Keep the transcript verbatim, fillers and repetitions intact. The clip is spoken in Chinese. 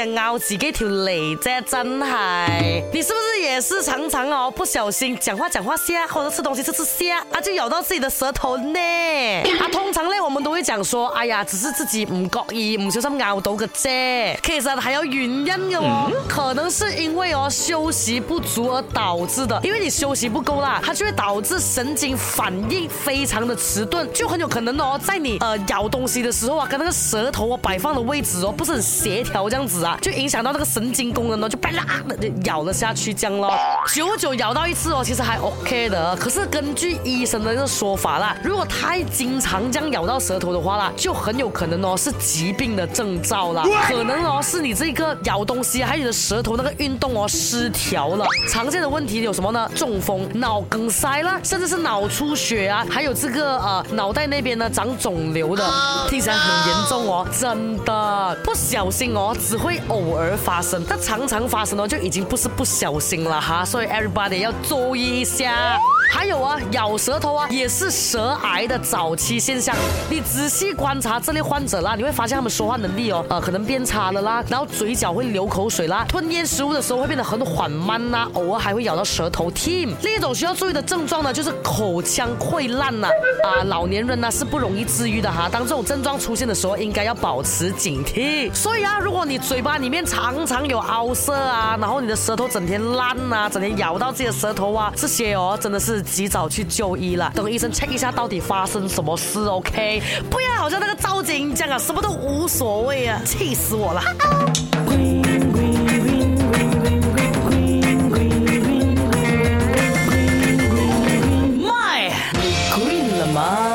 啊咬自己條脷啫，真係。你是不是也是常常哦不小心講話講話下，或者吃東西吃吃下啊，就咬到自己的舌頭呢？啊，通常咧我們都會講說，哎呀，只是自己唔覺意唔小心咬到嘅啫。其實還有原因嘅哦，可能是因為哦休息不足而導致的，因為你休息不夠啦，它就會導致神經反應非常的遲鈍，就很有可能哦，在你呃咬東西的時候啊，跟那個舌頭哦擺放的位置哦不是很協調，這樣子啊，就影響到那個神經功能哦，就啪啦就咬了下去，這樣咯。久久咬到一次哦，其實還 OK 的。可是根據醫生的一個說法啦，如果太經常這樣咬到舌頭的話啦，就很有可能哦是疾病的徵兆啦，可能哦是你這個咬東西，還有你的舌頭那個運動哦失調了。常見的問題有什麼呢？中風、腦梗塞啦，甚至是腦出血啊，還有這個呃腦袋那邊呢長腫瘤的，聽起來很嚴重哦，真的不小心哦只會偶爾發生，但常常發生哦就已經不是不小心了哈，所以 everybody 要注意一下。還有啊，咬舌頭啊也是舌癌的早期現象。你仔細觀察這類患者啦，你會發現他們說話能力哦，呃可能變差了啦，然後嘴角會流口水啦，吞咽食物的時候會變得很緩慢啦，偶爾還會咬到舌頭 team。另一種需要注意的症狀呢，就是口腔潰爛啦，啊，老年人呢是不容易治癒的哈。當這種症狀出現的時候，應該要保持警惕。所以啊，如果你嘴巴裡面常常有凹色啊，然後你的舌頭整天爛啊，整天咬到自己的舌頭啊，這些哦真的是及早去就醫了，等醫生 check 一下到底發生什麼事 ，OK？ 不要好像那個趙晶這樣啊，什麼都無所謂啊，氣死我了。My，你 green 了嗎？